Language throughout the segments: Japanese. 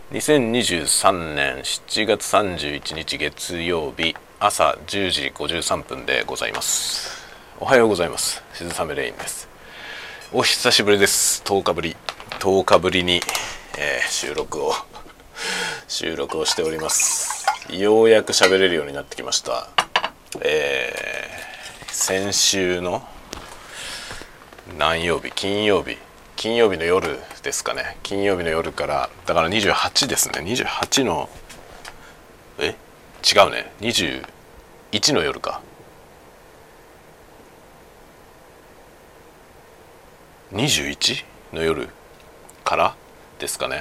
2023年7月31日月曜日朝10時53分でございます。おはようございます。静雨レインです。お久しぶりです。10日ぶりに、収録をしております。ようやく喋れるようになってきました。先週の何曜日、金曜日の夜ですかね。金曜日の夜からだから28ですね。28の違うね、21の夜か。21の夜からですかね。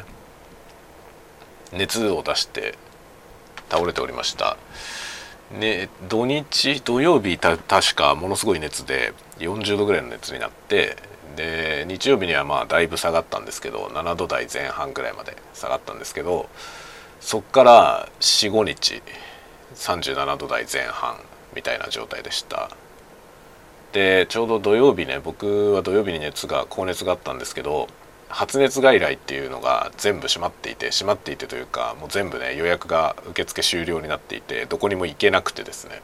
熱を出して倒れておりました。で土曜日確かものすごい熱で40度ぐらいの熱になって、で日曜日にはまあだいぶ下がったんですけど、7度台前半ぐらいまで下がったんですけど、そっから4、5日37度台前半みたいな状態でした。でちょうど土曜日ね、僕は土曜日に高熱があったんですけど、発熱外来っていうのが全部閉まっていてというか、もう全部ね予約が受付終了になっていて、どこにも行けなくてですね、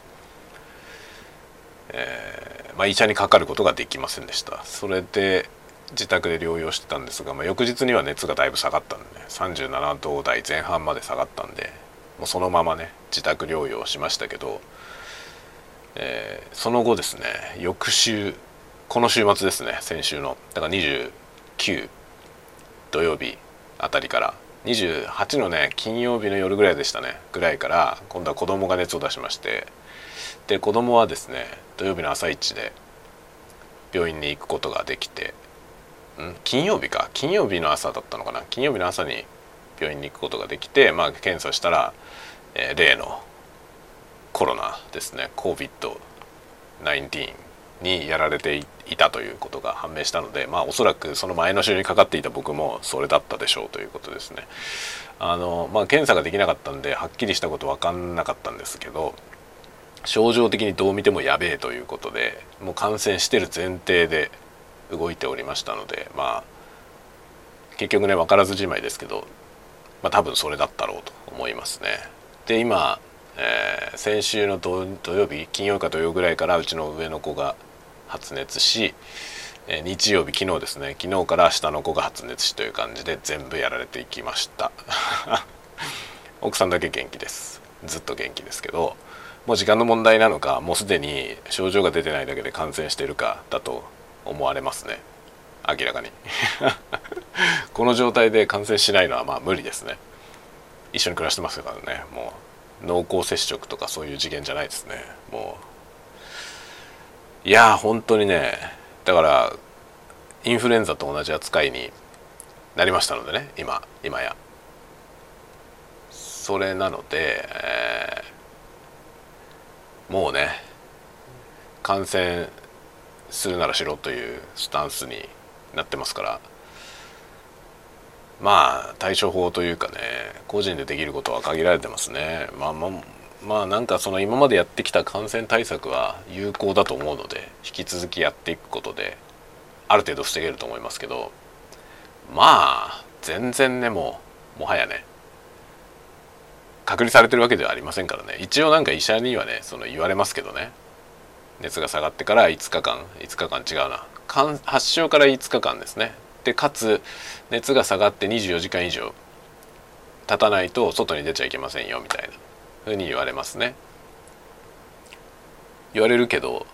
医者にかかることができませんでした。それで自宅で療養してたんですが、翌日には熱がだいぶ下がったんで、37度台前半まで下がったんで、もうそのままね自宅療養しましたけど、その後ですね、翌週、この週末ですね、先週のだから29土曜日あたりから28のね金曜日の夜ぐらいでしたね、ぐらいから今度は子供が熱を出しまして、で子供はですね土曜日の朝一で病院に行くことができて、金曜日の朝だったのかな、金曜日の朝に病院に行くことができて、検査したら、例のコロナですね、 COVID-19 にやられていたということが判明したので、おそらくその前の週にかかっていた僕もそれだったでしょうということですね。検査ができなかったんではっきりしたこと分かんなかったんですけど、症状的にどう見てもやべえということで、もう感染してる前提で動いておりましたので、結局ね分からずじまいですけど、多分それだったろうと思いますね。で今、先週の土曜日、金曜か土曜ぐらいからうちの上の子が発熱し、日曜日、昨日ですね、昨日から下の子が発熱しという感じで全部やられていきました奥さんだけ元気です。ずっと元気ですけど、もう時間の問題なのか、もうすでに症状が出てないだけで感染しているかだと思われますね、明らかにこの状態で感染しないのは無理ですね。一緒に暮らしてますからね、もう濃厚接触とかそういう次元じゃないですね。もういや本当にね、だからインフルエンザと同じ扱いになりましたのでね、今やそれなので、もうね感染するならしろというスタンスになってますから、対処法というかね、個人でできることは限られてますね。なんかその今までやってきた感染対策は有効だと思うので、引き続きやっていくことである程度防げると思いますけど、全然ね、もはやね隔離されてるわけではありませんからね。一応なんか医者にはね言われますけどね、熱が下がってから5日間違うな、発症から5日間ですね。でかつ熱が下がって24時間以上経たないと外に出ちゃいけませんよみたいな風に言われますね。言われるけど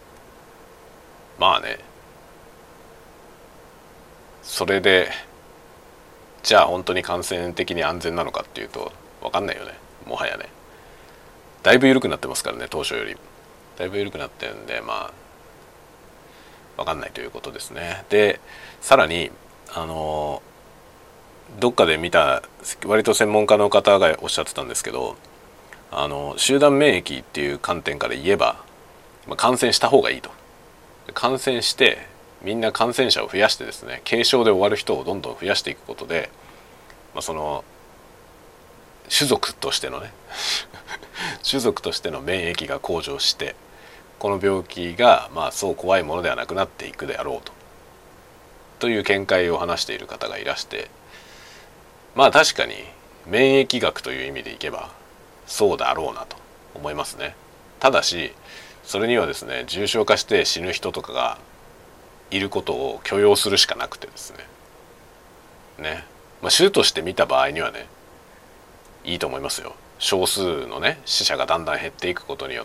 それでじゃあ本当に感染的に安全なのかっていうと分かんないよね。もはやねだいぶ緩くなってますからね、当初よりだいぶ緩くなってるんで、分かんないということですね。でさらにどっかで見た割と専門家の方がおっしゃってたんですけど、集団免疫っていう観点から言えば、感染した方がいいと。感染してみんな感染者を増やしてですね、軽症で終わる人をどんどん増やしていくことで、その種族としてのね種族としての免疫が向上して、この病気がそう怖いものではなくなっていくであろうという見解を話している方がいらして、確かに免疫学という意味でいけばそうだろうなと思いますね。ただしそれにはですね、重症化して死ぬ人とかがいることを許容するしかなくてですね、種として見た場合にはねいいと思いますよ。少数のね死者がだんだん減っていくことによって、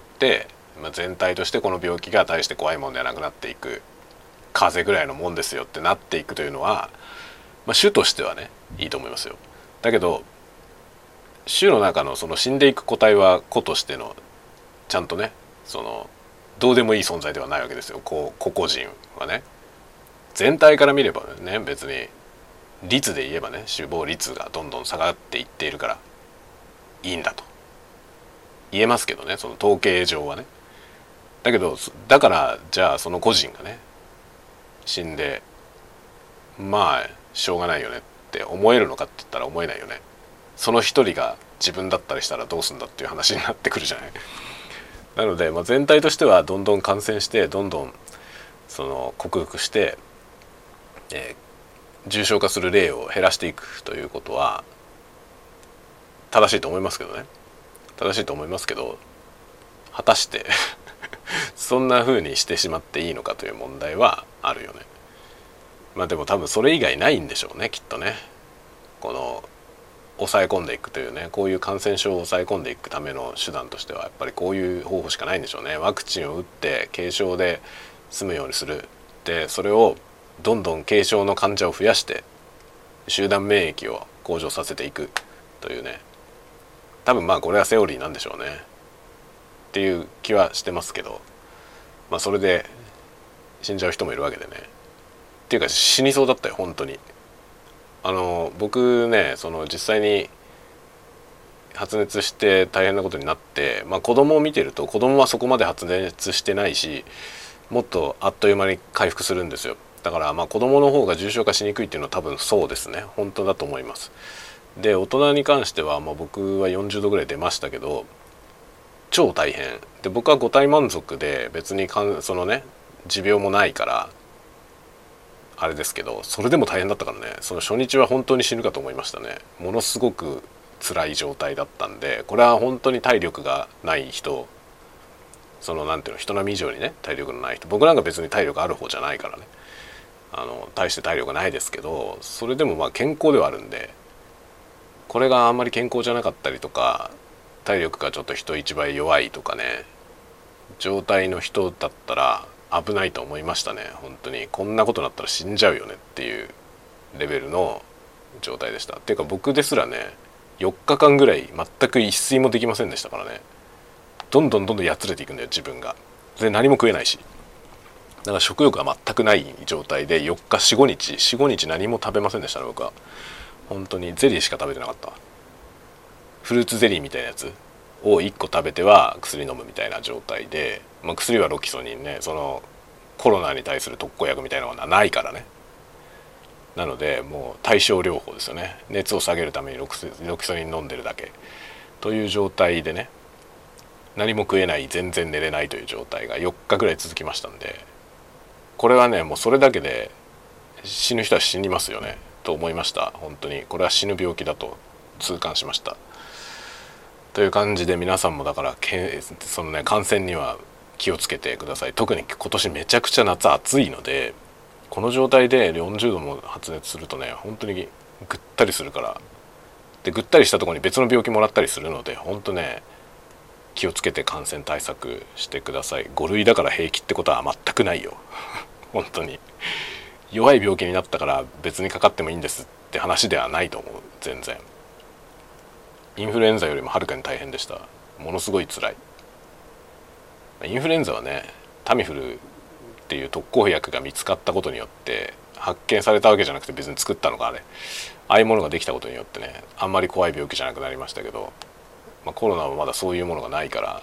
全体としてこの病気が大して怖いもんではなくなっていく、風邪ぐらいのもんですよってなっていくというのは、種としてはねいいと思いますよ。だけど種の中のその死んでいく個体は個としてのちゃんとね、そのどうでもいい存在ではないわけですよ。個々人はね、全体から見ればね、別に率で言えばね、死亡率がどんどん下がっていっているからいいんだと言えますけどね、その統計上はね。だけどだからじゃあその個人がね死んでしょうがないよねって思えるのかって言ったら思えないよね。その一人が自分だったりしたらどうすんだっていう話になってくるじゃない。なので、全体としてはどんどん感染してどんどんその克服して、重症化する例を減らしていくということは正しいと思いますけどね。正しいと思いますけど、果たしてそんな風にしてしまっていいのかという問題はあるよね。でも多分それ以外ないんでしょうね、きっとね。この抑え込んでいくというね、こういう感染症を抑え込んでいくための手段としてはやっぱりこういう方法しかないんでしょうね。ワクチンを打って軽症で済むようにする。でそれをどんどん軽症の患者を増やして集団免疫を向上させていくというね、多分これはセオリーなんでしょうねっていう気はしてますけど、それで死んじゃう人もいるわけでね。っていうか死にそうだったよ本当に。僕ね、その実際に発熱して大変なことになって、子供を見てると子供はそこまで発熱してないし、もっとあっという間に回復するんですよ。だから子供の方が重症化しにくいっていうのは多分そうですね、本当だと思います。で大人に関しては、僕は40度ぐらい出ましたけど超大変で、僕は五体満足で別にそのね持病もないからあれですけど、それでも大変だったからね。その初日は本当に死ぬかと思いましたね。ものすごく辛い状態だったんで、これは本当に体力がない人、そのなんていうの、人並み以上にね体力のない人、僕なんか別に体力ある方じゃないからね、大して体力がないですけど、それでも健康ではあるんで、これがあんまり健康じゃなかったりとか、体力がちょっと人一倍弱いとかね状態の人だったら危ないと思いましたね。本当にこんなことになったら死んじゃうよねっていうレベルの状態でした。っていうか僕ですらね4日間ぐらい全く一睡もできませんでしたからね。どんどんやつれていくんだよ自分が。で何も食えないし、だから食欲が全くない状態で4日45日何も食べませんでしたね。僕は本当にゼリーしか食べてなかった。フルーツゼリーみたいなやつを1個食べては薬飲むみたいな状態で、薬はロキソニンね、そのコロナに対する特効薬みたいなのはないからね。なのでもう対症療法ですよね。熱を下げるためにロキソニン飲んでるだけという状態でね、何も食えない、全然寝れないという状態が4日ぐらい続きましたんで、これはねもうそれだけで死ぬ人は死にますよねと思いました。本当にこれは死ぬ病気だと痛感しました。という感じで皆さんもだからそのね感染には気をつけてください。特に今年めちゃくちゃ夏暑いので、この状態で40度も発熱するとね本当にぐったりするから、でぐったりしたところに別の病気もらったりするので、本当ね気をつけて感染対策してください。5類だから平気ってことは全くないよ本当に弱い病気になったから別にかかってもいいんですって話ではないと思う。全然インフルエンザよりもはるかに大変でした。ものすごい辛い。インフルエンザはねタミフルっていう特効薬が見つかったことによって発見されたわけじゃなくて、別に作ったのがああいうものができたことによってね、あんまり怖い病気じゃなくなりましたけど、コロナはまだそういうものがないから、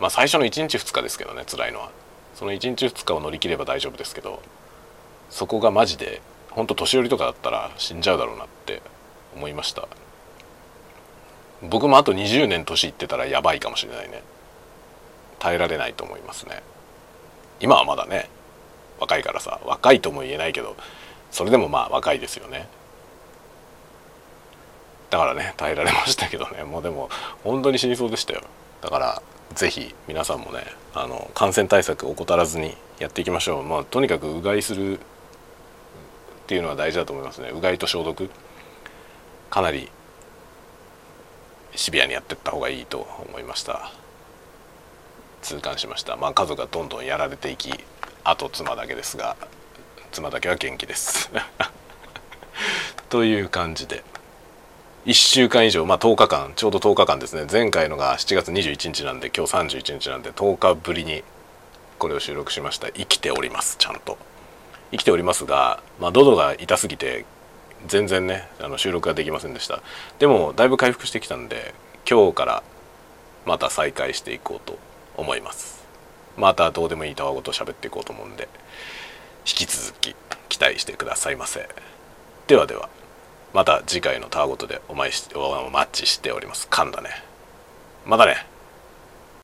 最初の1日2日ですけどね辛いのは。その1日2日を乗り切れば大丈夫ですけど、そこがマジで本当年寄りとかだったら死んじゃうだろうなって思いました。僕もあと20年年いってたらやばいかもしれないね。耐えられないと思いますね。今はまだね若いからさ、若いとも言えないけどそれでも若いですよね。 だからね耐えられましたけどね。もうでも本当に死にそうでしたよ。だからぜひ皆さんもね感染対策を怠らずにやっていきましょう。まあとにかくうがいするっていうのは大事だと思いますね。うがいと消毒かなりシビアにやっていった方がいいと思いました。痛感しました。まあ家族がどんどんやられていき、あと妻だけですが、妻だけは元気ですという感じで1週間以上、まあ10日間、ちょうど10日間ですね。前回のが7月21日なんで今日31日なんで10日ぶりにこれを収録しました。生きております。ちゃんと生きておりますが、まあ喉が痛すぎて全然ね収録ができませんでした。でもだいぶ回復してきたんで今日からまた再開していこうと思います。またどうでもいいたわごと喋っていこうと思うんで引き続き期待してくださいませ。ではではまた次回のたわごとでお待ちしております。噛んだね。またね。